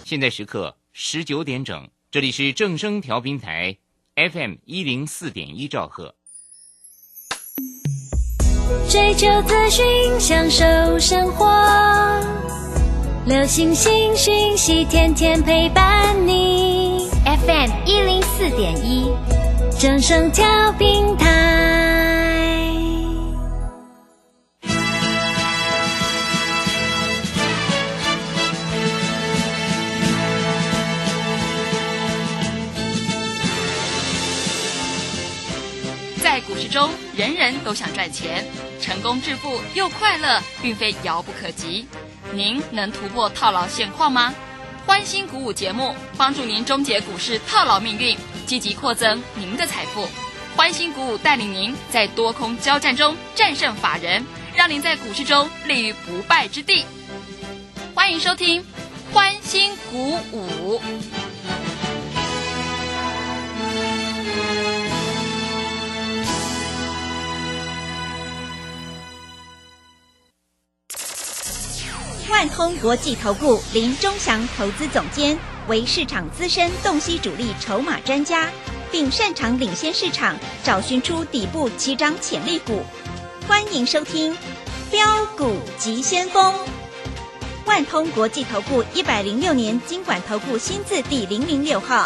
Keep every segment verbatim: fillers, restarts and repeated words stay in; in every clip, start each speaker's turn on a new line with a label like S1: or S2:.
S1: 现在时刻十九点整，这里是正声调频台 F M 一零四点一兆赫。
S2: 追求资讯，享受生活，流行新讯息，天天陪伴你。F M 一零四点一，正声调频台。
S3: 在股市中，人人都想赚钱，成功致富又快乐，并非遥不可及。您能突破套牢现况吗？欢欣鼓舞节目帮助您终结股市套牢命运，积极扩增您的财富。欢欣鼓舞带领您在多空交战中战胜法人，让您在股市中立于不败之地。欢迎收听欢欣鼓舞。
S4: 万通国际投顾林钟祥投资总监为市场资深洞悉主力筹码专家，并擅长领先市场，找寻出底部起涨潜力股。欢迎收听标股急先锋。万通国际投顾一百零六年金管投顾新字第零零六号。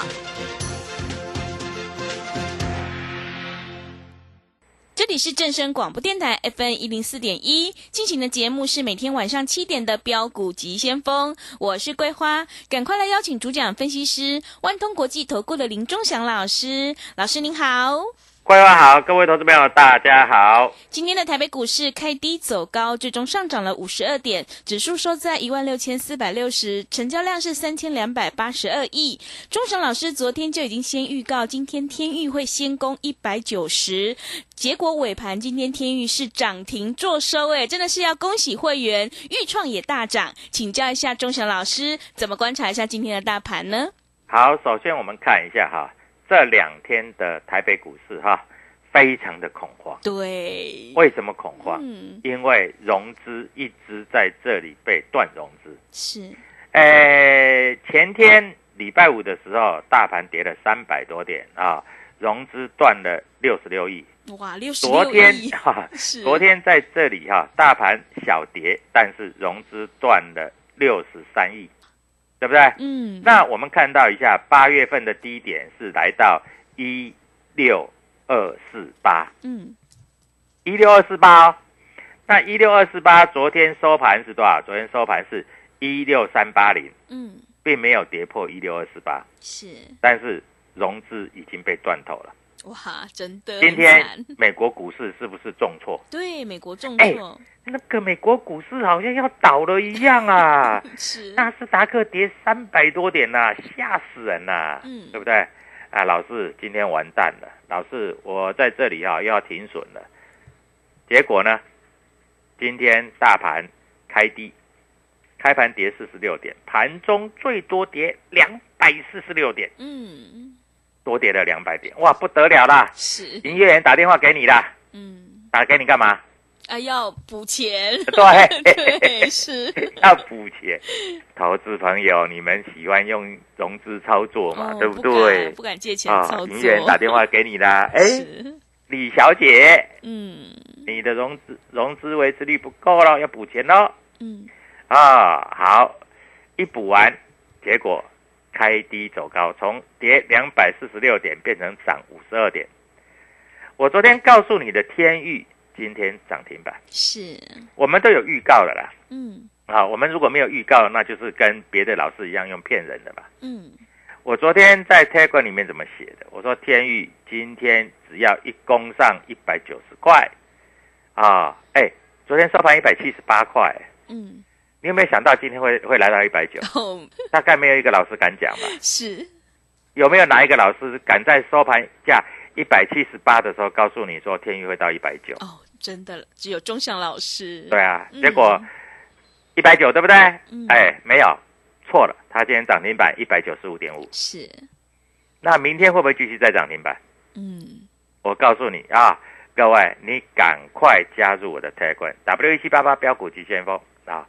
S5: 这里是正声广播电台 F M 一零四点一，进行的节目是每天晚上七点的标股急先锋，我是桂花，赶快来邀请主讲分析师万通国际投顾的林钟祥老师，老师您好。
S6: 桂花好，各位投资朋友大家好。
S5: 今天的台北股市开低走高，最终上涨了五十二点，指数收在一万六千四百六十，成交量是三千两百八十二亿。钟祥老师昨天就已经先预告，今天天鈺会先攻一百九十，结果尾盘今天天鈺是涨停做收，诶，真的是要恭喜会员，鈺创也大涨。请教一下钟祥老师，怎么观察一下今天的大盘呢？
S6: 好，首先我们看一下哈。这两天的台北股市哈，非常的恐慌。
S5: 对，
S6: 为什么恐慌？
S5: 嗯，
S6: 因为融资一直在这里被断融资。
S5: 是，
S6: 呃，前天礼拜五的时候，大盘跌了三百多点啊，融资断了六十六亿。
S5: 哇，六十六亿！
S6: 昨天哈，昨天在这里哈，大盘小跌，但是融资断了六十三亿。对不对？
S5: 嗯，
S6: 那我们看到一下，八月份的低点是来到一六二四八，嗯，一六二四八哦。那一六二四八昨天收盘是多少？昨天收盘是一六三八零，嗯，并没有跌破一六二四八，
S5: 是，
S6: 但是融资已经被断头了。
S5: 哇，真的！
S6: 今天美国股市是不是重挫？
S5: 对，美国重挫。
S6: 欸那个美国股市好像要倒了一样啊！
S5: 是，
S6: 纳斯达克跌三百多点呐、啊，吓死人呐、啊！嗯，对不对？啊，老师今天完蛋了，老师我在这里啊又要停损了。结果呢，今天大盘开低，开盘跌四十六点，盘中最多跌两百四十六点，嗯，多跌了两百点，哇，不得了啦！
S5: 是，
S6: 营业员打电话给你啦，嗯，打给你干嘛？
S5: 啊，要补钱，
S6: 对
S5: 对，是
S6: 要补钱。投资朋友，你们喜欢用融资操作嘛？哦、对不对？
S5: 不敢, 不敢借钱操作。
S6: 营业员打电话给你啦，哎，李小姐，嗯，你的融资融资维持率不够了，要补钱咯。嗯，啊，好，一补完，结果开低走高，从跌两百四十六点变成涨五十二点。我昨天告诉你的天鈺。今天涨停板，
S5: 是
S6: 我们都有预告了啦。
S5: 嗯，
S6: 啊，我们如果没有预告，那就是跟别的老师一样用骗人的嘛。
S5: 嗯，
S6: 我昨天在 Telegram 里面怎么写的？我说天鈺今天只要一攻上一百九十块，啊，哎，昨天收盘一百七十八块，嗯，你有没有想到今天会会来到一百九？哦，大概没有一个老师敢讲吧？
S5: 是，
S6: 有没有哪一个老师敢在收盘价一百七十八的时候告诉你说天鈺会到一百九？
S5: 哦，真的只有钟祥老师。
S6: 对啊，结果一百九对不对？嗯，哎，没有，错了，他今天涨停板一百九十五点五。
S5: 是，
S6: 那明天会不会继续再涨停板？嗯，我告诉你啊，各位，你赶快加入我的 Telegram W 一七八八标股急先锋啊！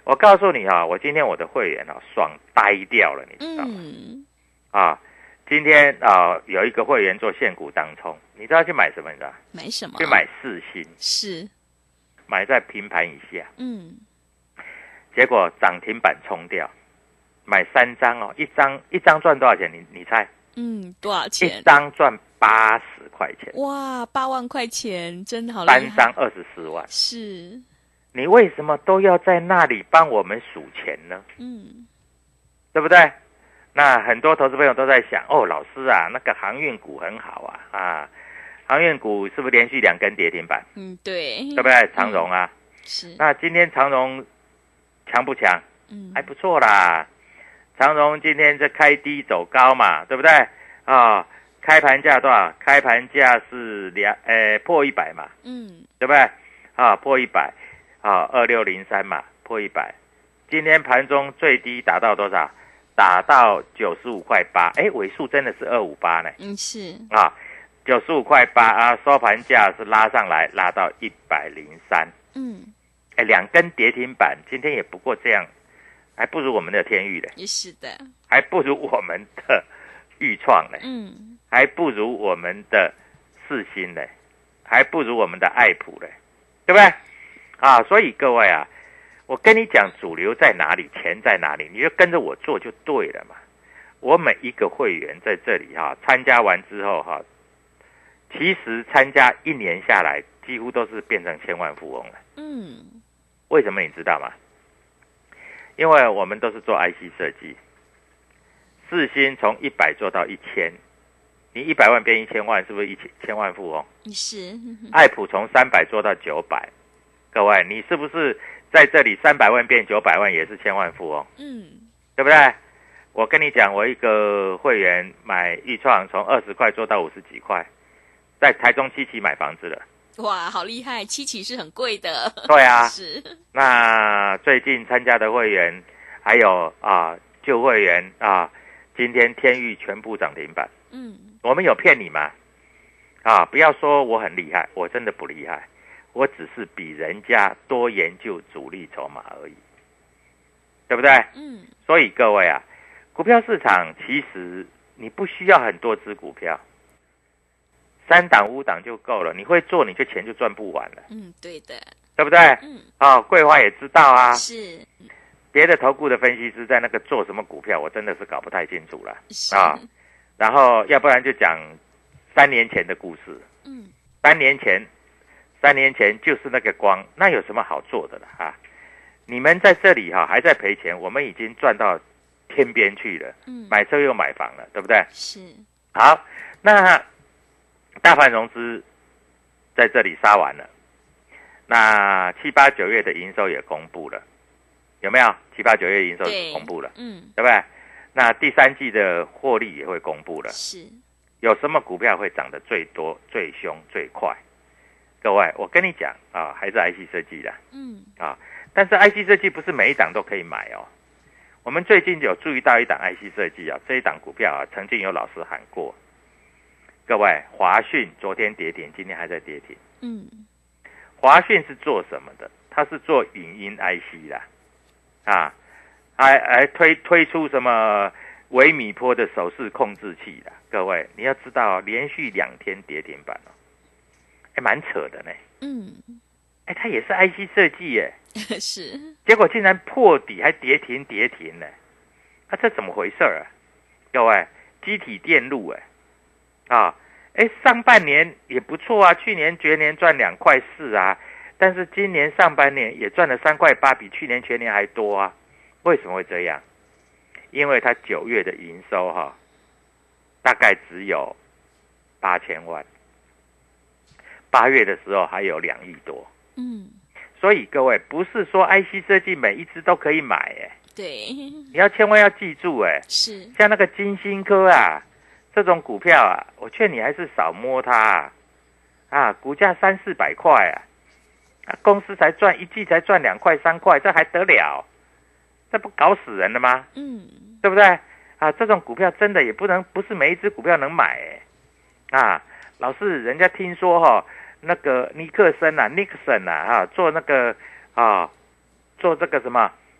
S6: 我告诉你啊，我今天我的会员啊爽呆掉了，你知道吗？
S5: 嗯，
S6: 啊，今天啊有一个会员做现股当冲，你知道去买什么？你知道？
S5: 买什么？
S6: 去买世新，
S5: 是
S6: 买在平盘以下，
S5: 嗯，
S6: 结果涨停板冲掉，买三张哦，一张一张赚多少钱？你你猜？
S5: 嗯，多少
S6: 一
S5: 钱？
S6: 张赚八十块钱，
S5: 哇，八万块钱，真的好厉害！
S6: 三张二十四万，
S5: 是，
S6: 你为什么都要在那里帮我们数钱呢？
S5: 嗯，
S6: 对不对？那很多投资朋友都在想，哦，老师啊，那个航运股很好啊，啊，航运股是不是连续两根跌停板？
S5: 嗯，对，
S6: 对不对？长荣啊，
S5: 嗯、是，
S6: 那今天长荣强不强？
S5: 嗯，
S6: 还不错啦。长荣今天这开低走高嘛，对不对？啊，开盘价多少？开盘价是两，呃，破一百嘛，
S5: 嗯，
S6: 对不对？啊，破一百，啊，二六零三嘛，破一百。今天盘中最低达到多少？打到九十五块八，哎，尾数真的是二五八呢。
S5: 嗯，是
S6: 啊，九十五块八啊，收盘价是拉上来，拉到一百零三。
S5: 嗯，
S6: 哎，两根跌停板，今天也不过这样，还不如我们的天域嘞，
S5: 也是的，
S6: 还不如我们的裕创嘞，
S5: 嗯，
S6: 还不如我们的世新嘞，还不如我们的爱普嘞，对不对？啊，所以各位啊。我跟你讲，主流在哪里，钱在哪里，你就跟着我做就对了嘛。我每一个会员在这里哈、啊，参加完之后哈、啊，其实参加一年下来，几乎都是变成千万富翁了。
S5: 嗯，
S6: 为什么你知道吗？因为我们都是做 I C 设计，世新从一百做到一千，你一百万变一千万，是不是一千千万富翁？
S5: 是。
S6: 爱普从三百做到九百，各位，你是不是？在这里三百万变九百万也是千万富翁，
S5: 嗯，
S6: 对不对？我跟你讲，我一个会员买裕创从二十块做到五十几块，在台中七期买房子了。
S5: 哇，好厉害！七期是很贵的。
S6: 对啊，
S5: 是。
S6: 那最近参加的会员还有啊旧会员啊，今天天域全部涨停板。
S5: 嗯，
S6: 我们有骗你吗？啊，不要说我很厉害，我真的不厉害。我只是比人家多研究主力筹码而已，对不对？
S5: 嗯。
S6: 所以各位啊，股票市场其实你不需要很多只股票，三档五档就够了。你会做，你就钱就赚不完了。
S5: 嗯，对的，
S6: 对不对？
S5: 嗯。
S6: 啊、哦，桂花也知道啊。
S5: 是。
S6: 别的投顾的分析师在那个做什么股票，我真的是搞不太清楚了
S5: 啊。
S6: 然后要不然就讲三年前的故事。
S5: 嗯。
S6: 三年前。三年前就是那个光，那有什么好做的了啊？你们在这里哈、啊、还在赔钱，我们已经赚到天边去了。嗯，买车又买房了，对不对？
S5: 是。
S6: 好，那大盘融资在这里杀完了，那七八九月的营收也公布了，有没有？七八九月营收公布了，
S5: 嗯，
S6: 对不对？那第三季的获利也会公布了。
S5: 是。
S6: 有什么股票会涨得最多、最凶、最快？各位，我跟你讲啊，还是 I C 设计的，嗯啊，但是 I C 设计不是每一档都可以买哦。我们最近有注意到一档 I C 设计啊，这一档股票啊，曾经有老师喊过。各位，华讯昨天跌停，今天还在跌停。嗯，华讯是做什么的？它是做影音 I C 的，啊，还还推推出什么微米波的手势控制器的。各位，你要知道，连续两天跌停板哦。还蛮扯的呢，嗯，哎，它也是 I C 设计耶，
S5: 是，
S6: 结果竟然破底还跌停跌停呢，啊，这怎么回事啊？各位，机体电路哎，啊，哎，上半年也不错啊，去年全年赚两块四啊，但是今年上半年也赚了三块八，比去年全年还多啊，为什么会这样？因为它九月的营收哈、啊，大概只有八千万。八月的时候还有两亿多，嗯，所以各位不是说 I C 设计每一只都可以买，哎，
S5: 对，
S6: 你要千万要记住，哎，
S5: 是
S6: 像那个金星科啊这种股票啊，我劝你还是少摸它啊，啊，股价三四百块啊，啊，公司才赚一季才赚两块三块，这还得了？这不搞死人了吗？嗯，对不对？啊，这种股票真的也不能不是每一只股票能买，哎，啊，老是人家听说哈、哦。那个尼克森啊 ，Nixon 啊，哈，做那个啊，做这个什么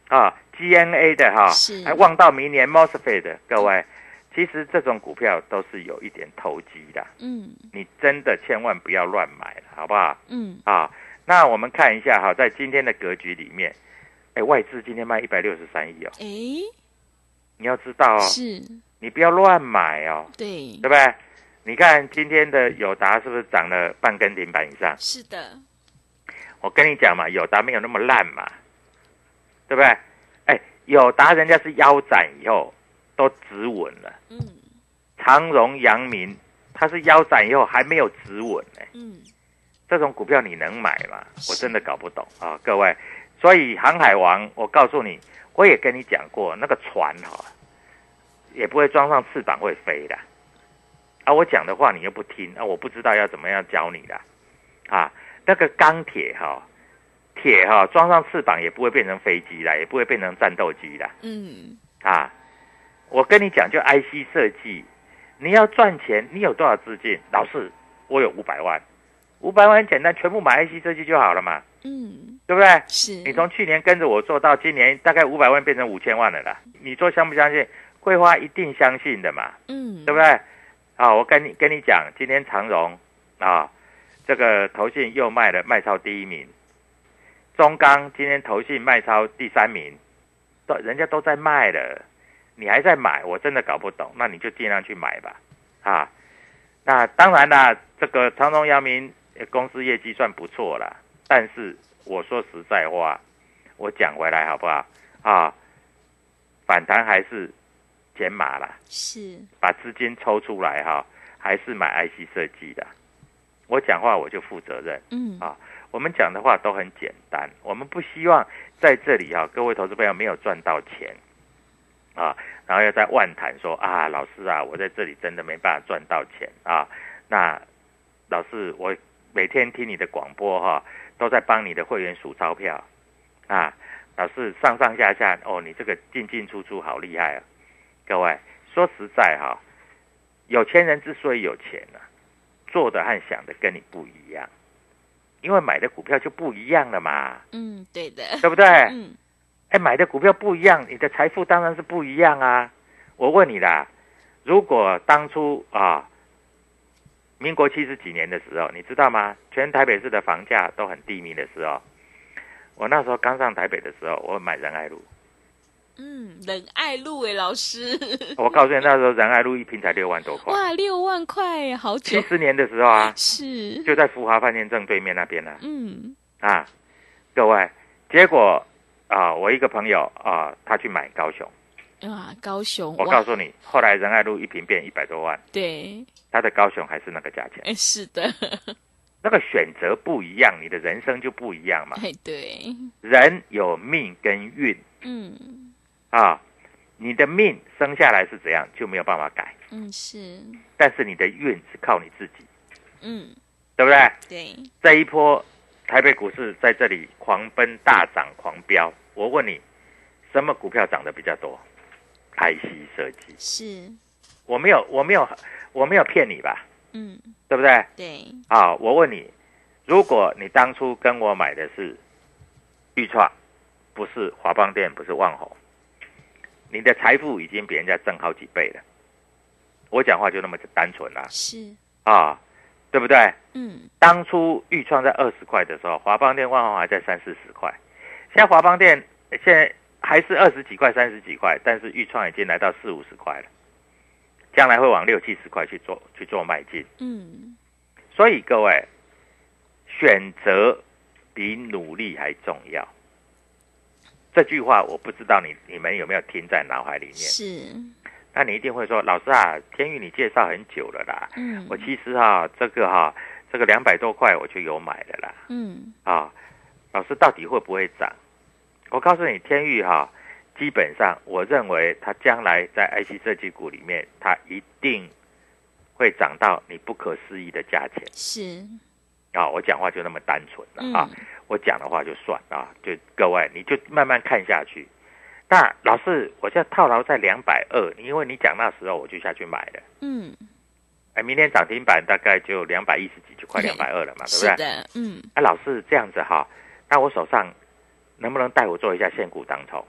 S6: 啊 ，G N A 的哈，
S5: 是
S6: 还望到明年 M O S F E T 的，各位，其实这种股票都是有一点投机的，
S5: 嗯，
S6: 你真的千万不要乱买了，好不好？
S5: 嗯，
S6: 啊，那我们看一下哈，在今天的格局里面，哎，外资今天卖一百六十三亿哦，
S5: 哎，
S6: 你要知道哦，
S5: 是，
S6: 你不要乱买哦，
S5: 对，
S6: 对不对？你看今天的友达是不是涨了半根停板以上？
S5: 是的，
S6: 我跟你讲嘛，友达没有那么烂嘛，对不对？哎，友达人家是腰斩以后都止稳了，
S5: 嗯，
S6: 长荣、阳明它是腰斩以后还没有止稳呢，
S5: 嗯，
S6: 这种股票你能买吗？我真的搞不懂啊，各位。所以航海王，我告诉你，我也跟你讲过，那个船哈、哦，也不会装上翅膀会飞的。啊，我讲的话你又不听，啊，我不知道要怎么样教你的，啊，那个钢铁哈、哦，铁哈、哦、装上翅膀也不会变成飞机啦，也不会变成战斗机啦，
S5: 嗯，
S6: 啊，我跟你讲，就 I C 设计，你要赚钱，你有多少资金？老师，我有五百万，五百万很简单，全部买 I C 设计就好了嘛，
S5: 嗯，
S6: 对不对？
S5: 是，
S6: 你从去年跟着我做到今年，大概五百万变成五千万了啦，你说相不相信？桂花一定相信的嘛，
S5: 嗯，
S6: 对不对？啊，我跟你跟你讲，今天长荣啊，这个投信又卖了卖超第一名，中钢今天投信卖超第三名，都人家都在卖了，你还在买，我真的搞不懂，那你就尽量去买吧，啊，那当然啦，这个长荣、阳明公司业绩算不错啦，但是我说实在话，我讲回来好不好啊？反弹还是减码啦，
S5: 是，
S6: 把资金抽出来哈，还是买 I C 设计的。我讲话我就负责任，
S5: 嗯，
S6: 啊，我们讲的话都很简单，我们不希望在这里哈，各位投资朋友没有赚到钱啊，然后要在万谈说啊，老师啊，我在这里真的没办法赚到钱啊，那老师我每天听你的广播哈，都在帮你的会员数钞票啊，老师上上下下哦，你这个进进出出好厉害啊。各位说实在哈，有钱人之所以有钱呢、啊，做的和想的跟你不一样，因为买的股票就不一样了嘛。
S5: 嗯，对的，
S6: 对不对？
S5: 嗯，
S6: 哎，买的股票不一样，你的财富当然是不一样啊。我问你啦，如果当初啊，民国七十几年的时候，你知道吗？全台北市的房价都很低迷的时候，我那时候刚上台北的时候，我买仁爱路。
S5: 嗯，仁爱路诶，老师，
S6: 我告诉你，那时候仁爱路一坪才六万多块。
S5: 哇，六万块，好久。
S6: 七十年的时候啊，
S5: 是
S6: 就在福华饭店正对面那边啊。
S5: 嗯，
S6: 啊，各位，结果啊，我一个朋友啊，他去买高雄。
S5: 啊，高雄，
S6: 我告诉你，后来仁爱路一坪变一百多万。
S5: 对，
S6: 他的高雄还是那个价钱。
S5: 哎，是的，
S6: 那个选择不一样，你的人生就不一样嘛。
S5: 哎，对，
S6: 人有命跟运。
S5: 嗯。
S6: 啊，你的命生下来是怎样就没有办法改，
S5: 嗯，是，
S6: 但是你的运是靠你自己，
S5: 嗯，
S6: 对不对？
S5: 对，
S6: 这一波台北股市在这里狂奔大涨狂飙，我问你，什么股票涨得比较多 ？I C 设计
S5: 是，
S6: 我没有，我没有，我没有骗你吧？
S5: 嗯，
S6: 对不对？
S5: 对，
S6: 啊，我问你，如果你当初跟我买的是裕创，不是华邦电，不是旺宏。你的财富已经比人家挣好几倍了，我讲话就那么单纯啦、啊，
S5: 是
S6: 啊，对不对？
S5: 嗯，
S6: 当初裕创在二十块的时候，华邦电、万宏还在三四十块，现在华邦电现在还是二十几块、三十几块，但是裕创已经来到四五十块了，将来会往六七十块去做去做迈进。
S5: 嗯，
S6: 所以各位，选择比努力还重要。这句话我不知道你你们有没有听在脑海里面？
S5: 是，
S6: 那你一定会说，老师啊，天宇你介绍很久了啦，
S5: 嗯，
S6: 我其实哈、啊、这个哈、啊、这个两百多块我就有买了啦，
S5: 嗯，
S6: 啊，老师到底会不会涨？我告诉你，天宇哈、啊，基本上我认为它将来在 I C 设计股里面，它一定会涨到你不可思议的价钱。
S5: 是，
S6: 啊，我讲话就那么单纯了啊。
S5: 嗯，
S6: 我讲的话就算啊，就各位你就慢慢看下去。那老师，我现在套牢在两百二，因为你讲那时候我就下去买了。
S5: 嗯，
S6: 哎，明天涨停板大概就两百一十几，就快两百二了嘛，对不对？
S5: 是的，嗯，
S6: 哎、啊，老师这样子哈，那我手上能不能带我做一下现股当冲？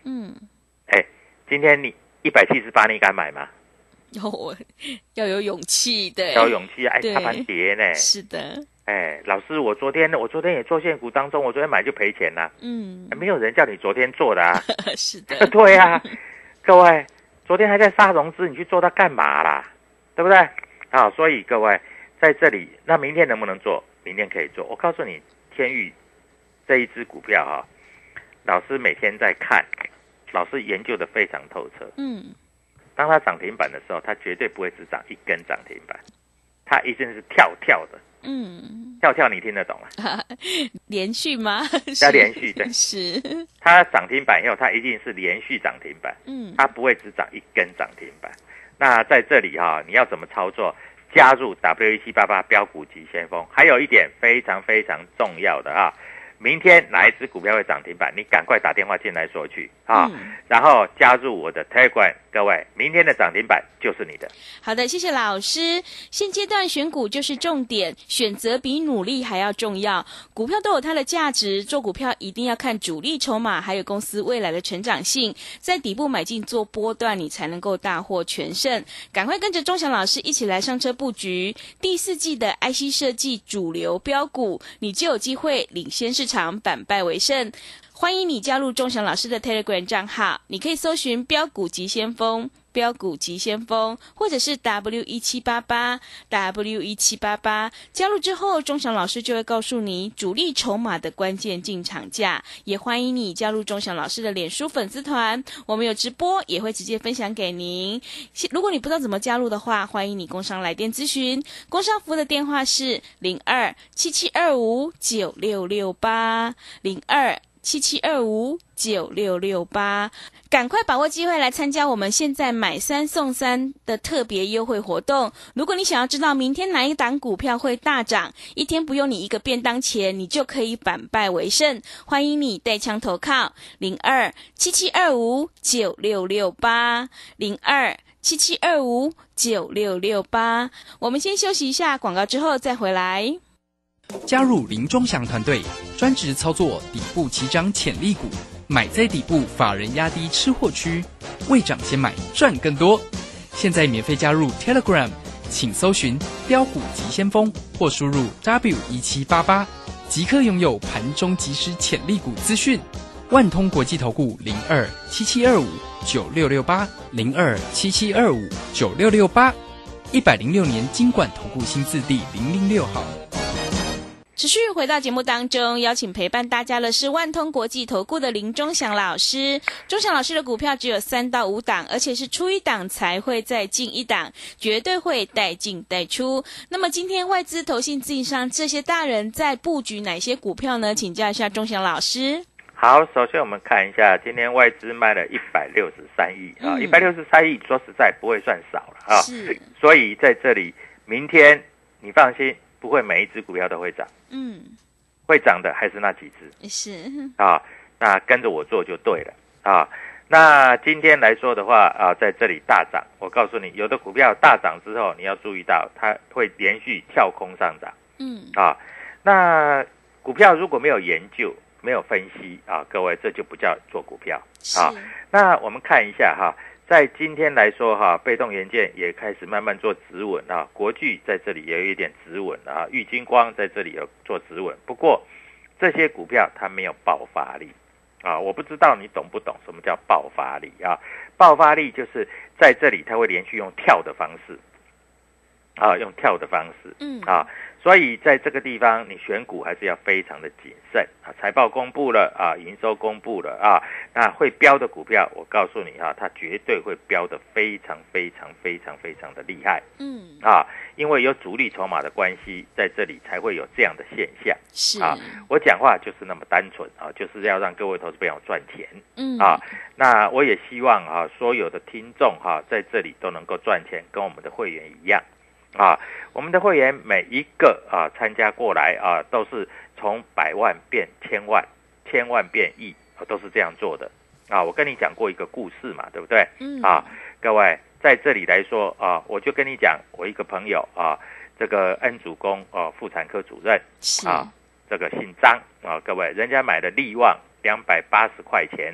S5: 嗯，
S6: 哎，今天你一百七十八，你敢买吗？
S5: 有，要有勇气的，
S6: 要有勇气，哎，
S5: 对
S6: 大盘跌呢。
S5: 是的，
S6: 哎，老师，我昨天我昨天也做现股当中，我昨天买就赔钱啦。
S5: 嗯，
S6: 没有人叫你昨天做的啊。
S5: 是的，
S6: 对啊，各位，昨天还在杀融资，你去做它干嘛啦？对不对？啊，所以各位在这里，那明天能不能做？明天可以做。我告诉你，天钰这一只股票哈、啊，老师每天在看，老师研究的非常透彻。
S5: 嗯。
S6: 当它涨停板的时候，它绝对不会只涨一根涨停板，它一定是跳跳的。
S5: 嗯，
S6: 跳跳你听得懂吗？
S5: 连续吗？
S6: 要连续的。
S5: 是。
S6: 它涨停板以后，它一定是连续涨停板。
S5: 嗯，
S6: 它不会只涨一根涨停板。那在这里哈、啊，你要怎么操作？加入 W 一七八八标股急先锋。还有一点非常非常重要的啊。明天哪一只股票会涨停板？你赶快打电话进来索取啊、嗯！然后加入我的 Telegram， 各位，明天的涨停板就是你的。
S5: 好的，谢谢老师。现阶段选股就是重点，选择比努力还要重要。股票都有它的价值，做股票一定要看主力筹码，还有公司未来的成长性，在底部买进做波段，你才能够大获全胜。赶快跟着钟祥老师一起来上车布局第四季的 I C 设计主流标股，你就有机会领先市场。反败为胜，欢迎你加入钟祥老师的 Telegram 账号，你可以搜寻标股急先锋、标股急先锋，或者是 W 一七八八 W 一七八八。加入之后，钟祥老师就会告诉你主力筹码的关键进场价，也欢迎你加入钟祥老师的脸书粉丝团，我们有直播，也会直接分享给您。如果你不知道怎么加入的话，欢迎你工商来电咨询，工商服务的电话是零二七七二五九六六八 零二七七二五九六六八，赶快把握机会来参加我们现在买三送三的特别优惠活动。如果你想要知道明天哪一档股票会大涨，一天不用你一个便当钱，你就可以反败为胜。欢迎你带枪投靠零二七七二五九六六八 零二七七二五九六六八。我们先休息一下广告，之后再回来。
S7: 加入林钟祥团队，专职操作底部起涨潜力股，买在底部，法人压低吃货区，未涨先买赚更多。现在免费加入 Telegram， 请搜寻标股急先锋或输入 W 一七八八，即刻拥有盘中即时潜力股资讯。万通国际投顾零二七七二五九六六八零二七七二五九六六八，一百零六年金管投顾新字第零零六号。
S5: 持续回到节目当中，邀请陪伴大家的是万通国际投顾的林钟祥老师。钟祥老师的股票只有三到五档，而且是出一档才会再进一档，绝对会带进带出。那么今天外资、投信、自营商这些大人在布局哪些股票呢？请教一下钟祥老师。
S6: 好，首先我们看一下，今天外资卖了一百六十三亿啊，一百六十三亿，说实在不会算少了啊。是，所以在这里，明天你放心。不会每一只股票都会涨，嗯，会涨的还是那几只，
S5: 是
S6: 啊，那跟着我做就对了啊。那今天来说的话啊，在这里大涨，我告诉你，有的股票大涨之后，你要注意到它会连续跳空上涨，嗯啊。那股票如果没有研究、没有分析啊，各位这就不叫做股票啊。那我们看一下哈。在今天来说哈，被动元件也开始慢慢做止稳啊，国巨在这里也有一点止稳啊，玉晶光在这里有做止稳，不过这些股票它没有爆发力啊，我不知道你懂不懂什么叫爆发力啊？爆发力就是在这里它会连续用跳的方式啊，用跳的方式，嗯啊。所以在这个地方，你选股还是要非常的谨慎啊！财报公布了啊，营收公布了啊，那会飙的股票，我告诉你啊，它绝对会飙得非常非常非常非常的厉害，嗯啊，因为有主力筹码的关系，在这里才会有这样的现象。是啊，我讲话就是那么单纯啊，就是要让各位投资朋友赚钱，嗯啊，那我也希望啊，所有的听众哈、啊，在这里都能够赚钱，跟我们的会员一样。啊，我们的会员每一个啊参加过来啊，都是从百万变千万，千万变亿，啊、都是这样做的啊。我跟你讲过一个故事嘛，对不对？嗯。啊，各位在这里来说啊，我就跟你讲，我一个朋友啊，这个恩主公啊，妇产科主任啊，这个姓张啊，各位，人家买的力旺两百八十块钱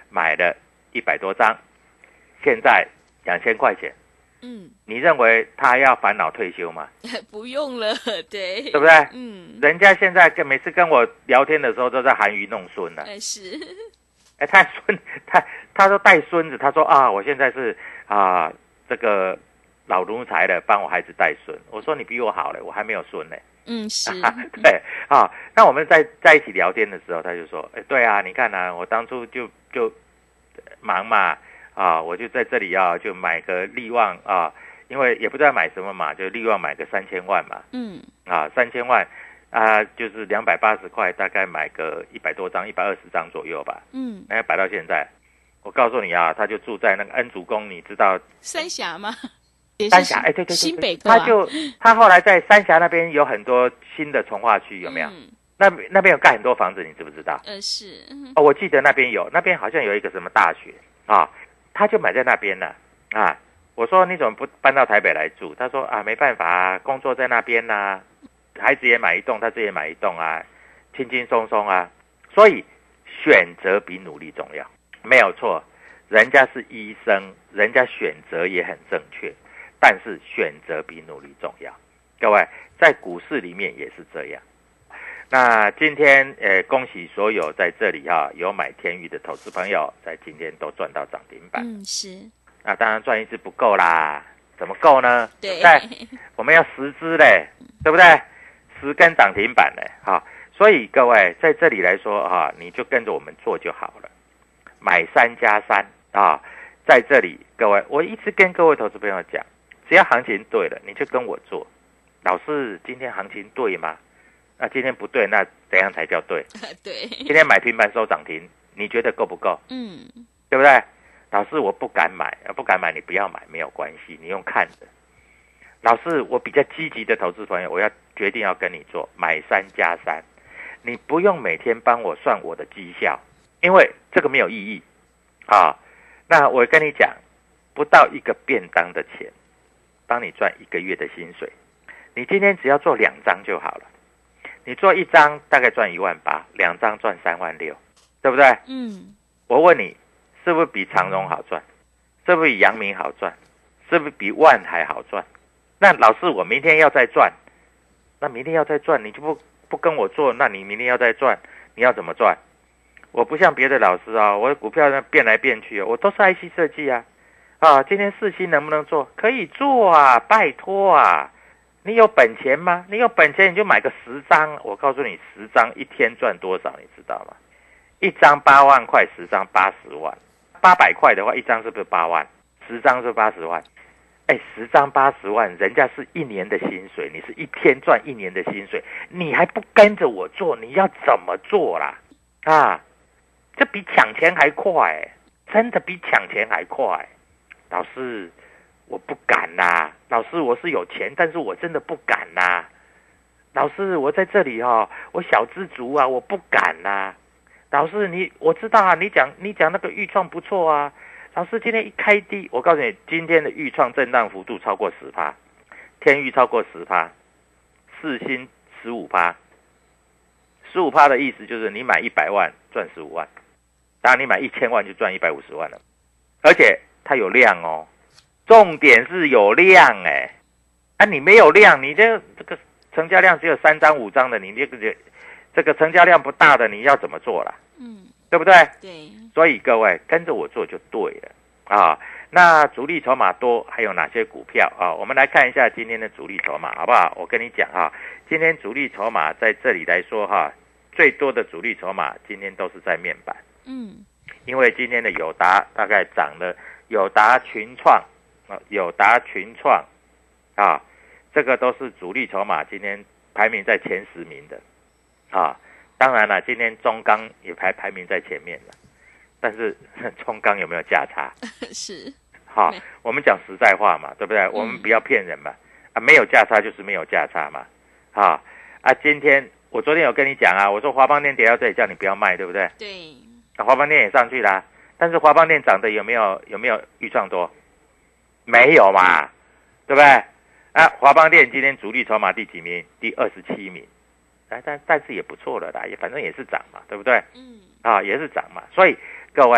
S6: 买了一百多张，现在两千块钱。
S5: 嗯，
S6: 你认为他要烦恼退休吗？
S5: 不用了，对，
S6: 对不对？
S5: 嗯，
S6: 人家现在跟每次跟我聊天的时候都在含饴弄孙了。
S5: 哎是，
S6: 哎，他孙他他说带孙子，他说啊，我现在是啊这个老奴才了，帮我孩子带孙。我说你比我好了，我还没有孙呢。
S5: 嗯是，
S6: 对啊，那我们在在一起聊天的时候，他就说，哎，对啊，你看啊，我当初就就忙嘛。啊，我就在这里啊，就买个力旺啊，因为也不知道买什么嘛，就力旺买个三千万嘛，
S5: 嗯，
S6: 啊，三千万啊，就是两百八十块，大概买个一百多张，一百二十张左右吧，
S5: 嗯，
S6: 哎，摆到现在，我告诉你啊，他就住在那个恩主宫，你知道
S5: 三峡吗？
S6: 三峡，哎，对对对，
S5: 新北
S6: 他就他后来在三峡那边有很多新的重划区，有没有？
S5: 嗯
S6: 那那边有盖很多房子，你知不知道？
S5: 呃是，
S6: 哦，我记得那边有，那边好像有一个什么大学啊。他就买在那边了啊！我说你怎么不搬到台北来住？他说啊，没办法啊，工作在那边啊，孩子也买一栋，他自己也买一栋啊，轻轻松松啊。所以选择比努力重要，没有错。人家是医生，人家选择也很正确，但是选择比努力重要。各位在股市里面也是这样。那今天呃，恭喜所有在这里哈、啊、有买天鈺的投资朋友，在今天都赚到涨停板。
S5: 嗯，是。
S6: 那当然赚一只不够啦，怎么够呢？
S5: 对，
S6: 对，我们要十只嘞，对不对？十根涨停板嘞，哈。所以各位在这里来说哈、啊，你就跟着我们做就好了，买三加三啊，在这里各位，我一直跟各位投资朋友讲，只要行情对了，你就跟我做。老师，今天行情对吗？那今天不对，那怎样才叫对？
S5: 对，
S6: 今天买平盘收涨停，你觉得够不够？
S5: 嗯，
S6: 对不对？老师，我不敢买，不敢买，你不要买，没有关系，你用看的。老师，我比较积极的投资朋友，我要决定要跟你做买三加三，你不用每天帮我算我的绩效，因为这个没有意义啊。那我跟你讲，不到一个便当的钱，帮你赚一个月的薪水，你今天只要做两张就好了。你做一张大概赚一万八，两张赚三万六，对不对？
S5: 嗯，
S6: 我问你，是不是比长荣好赚？是不是比阳明好赚？是不是比万海好赚？那老师，我明天要再赚，那明天要再赚，你就不不跟我做，那你明天要再赚，你要怎么赚？我不像别的老师啊，我的股票变来变去，我都是 I C 设计啊，啊，今天四星能不能做？可以做啊，拜托啊。你有本钱吗？你有本钱你就买个十张，我告诉你，十张一天赚多少，你知道吗？一张八万块，十张八十万，八百块的话，一张是不是八万？十张是八十万。哎，十张八十万，人家是一年的薪水，你是一天赚一年的薪水，你还不跟着我做，你要怎么做啦？啊，这比抢钱还快，真的比抢钱还快。老师，我不敢呐、啊，老师，我是有钱，但是我真的不敢呐、啊。老师，我在这里哦，我小资族啊，我不敢呐、啊。老师，你我知道啊，你讲你讲那个预创不错啊。老师，今天一开低，我告诉你，今天的预创震荡幅度超过十趴，天鈺超过十趴，世芯十五趴，十五趴的意思就是你买一百万赚十五万，当然你买一千万就赚一百五十万了，而且它有量哦。重点是有量哎、欸，啊，你没有量，你这这个成交量只有三张五张的，你这个这个成交量不大的，你要怎么做啦？
S5: 嗯，
S6: 对不对？
S5: 对。
S6: 所以各位跟着我做就对了啊。那主力筹码多还有哪些股票啊？我们来看一下今天的主力筹码好不好？我跟你讲啊，今天主力筹码在这里来说哈、啊，最多的主力筹码今天都是在面板。
S5: 嗯，
S6: 因为今天的友达大概涨了，友达群创。友达群创啊，这个都是主力筹码，今天排名在前十名的啊。当然了，今天中钢也排排名在前面了，但是中钢有没有价差？
S5: 是。
S6: 好，我们讲实在话嘛，对不对？嗯、我们不要骗人嘛。啊，没有价差就是没有价差嘛。啊啊，今天我昨天有跟你讲啊，我说华邦电跌到这里，叫你不要卖，对不对？
S5: 对。
S6: 啊，华邦电也上去啦，但是华邦电涨的有没有有没有预创多？没有嘛，对不对？啊，华邦电今天主力筹码第几名？第二十七名，啊，但但是也不错了啦，也反正也是涨嘛，对不对？
S5: 嗯，
S6: 啊，也是涨嘛。所以各位啊，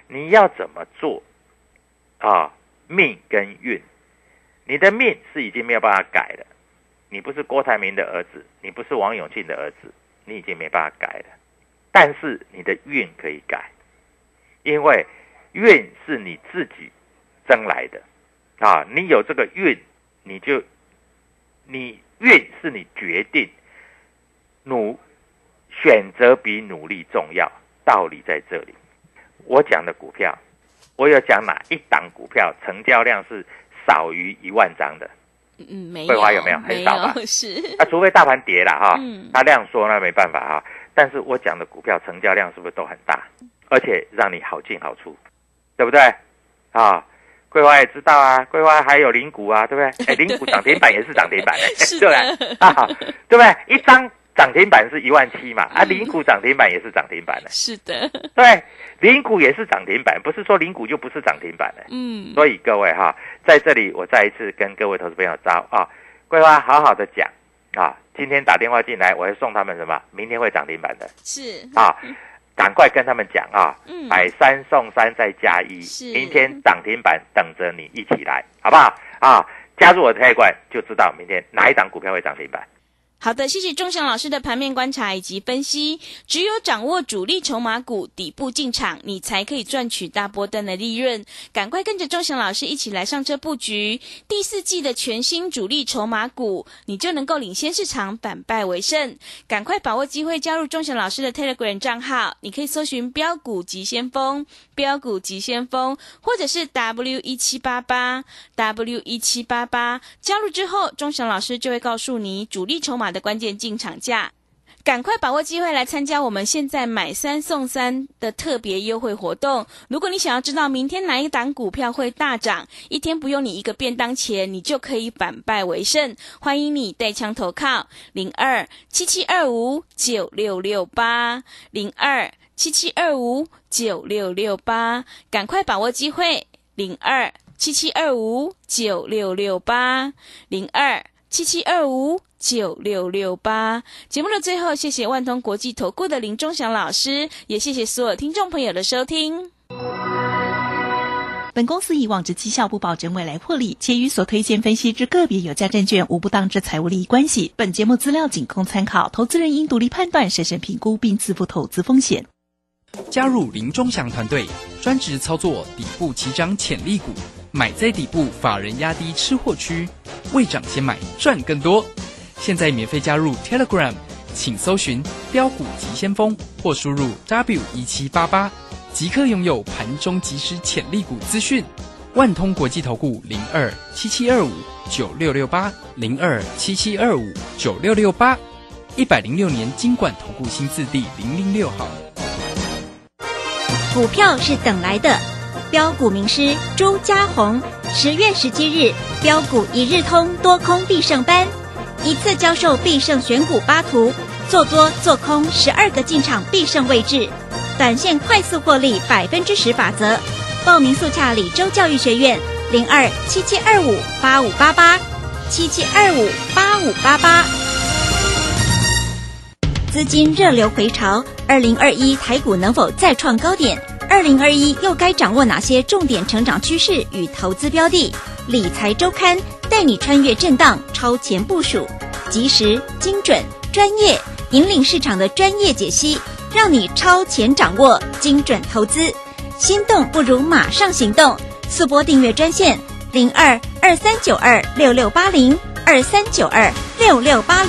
S6: 你要怎么做啊？命跟运，你的命是已经没有办法改了。你不是郭台铭的儿子，你不是王永庆的儿子，你已经没办法改了。但是你的运可以改，因为运是你自己争来的啊！你有这个运，你就你运是你决定，努选择比努力重要，道理在这里。我讲的股票，我有讲哪一档股票成交量是少于一万张的？
S5: 嗯，没有。
S6: 桂花有没有？很少吧？
S5: 是。
S6: 啊，除非大盘跌了哈，
S5: 嗯，
S6: 它量缩那没办法哈。但是我讲的股票成交量是不是都很大，而且让你好进好出，对不对？啊，桂花也知道啊，桂花还有零股啊，对不对？哎，零股涨停板也是涨停板，对不对？啊，对不对？一张涨停板是一万七嘛，啊，零股涨停板也是涨停板的，
S5: 是的，
S6: 对，零股也是涨停板，不是说零股就不是涨停板的，
S5: 嗯。
S6: 所以各位哈，在这里我再一次跟各位投资朋友招啊，桂花好好的讲啊。今天打电话进来，我会送他们什么？明天会涨停板的，
S5: 是
S6: 啊，赶快跟他们讲啊，
S5: 嗯，
S6: 买三送三再加一，
S5: 是，
S6: 明天涨停板等着你一起来，好不好？啊，加入我的 Telegram就知道明天哪一档股票会涨停板。
S5: 好的，谢谢钟祥老师的盘面观察以及分析。只有掌握主力筹码股底部进场，你才可以赚取大波段的利润。赶快跟着钟祥老师一起来上车布局第四季的全新主力筹码股，你就能够领先市场，反败为胜。赶快把握机会加入钟祥老师的 Telegram 账号，你可以搜寻标股急先锋、标股急先锋，或者是 W 一七八八 W 一七八八。加入之后，钟祥老师就会告诉你主力筹码的关键进场价，赶快把握机会来参加我们现在买三送三的特别优惠活动。如果你想要知道明天哪一档股票会大涨，一天不用你一个便当钱，你就可以反败为胜。欢迎你带枪投靠零二七七二五九六六八 零二七七二五九六六八，赶快把握机会零二七七二五九六六八 零二七七二五九六六八。节目的最后，谢谢万通国际投顾的林钟祥老师，也谢谢所有听众朋友的收听。
S8: 本公司以往之绩效不保证未来获利，且与所推荐分析之个别有价证券无不当之财务利益关系。本节目资料仅供参考，投资人应独立判断、审慎评估并自负投资风险。
S7: 加入林钟祥团队，专职操作底部起涨潜力股，买在底部，法人压低吃货区，未涨先买赚更多。现在免费加入 Telegram， 请搜寻标股急先锋或输入 W 一七八八，即刻拥有盘中即时潜力股资讯。万通国际投顾零二七七二五九六六八 零二七七二五九六六八，一百零六年金管投顾新字第零零六号。
S4: 股票是等来的，标股名师朱家红，十月十七日标股一日通多空必胜班，一次教授必胜选股八图，做多做空十二个进场必胜位置，短线快速获利百分之十法则。报名速洽李州教育学院零二七七二五八五八八七七二五八五八八。资金热流回潮，二零二一台股能否再创高点？二零二一又该掌握哪些重点成长趋势与投资标的？理财周刊带你穿越震荡，超前部署，及时、精准、专业，引领市场的专业解析，让你超前掌握精准投资。心动不如马上行动，速拨订阅专线零二二三九二六六八零二三九二六六八零。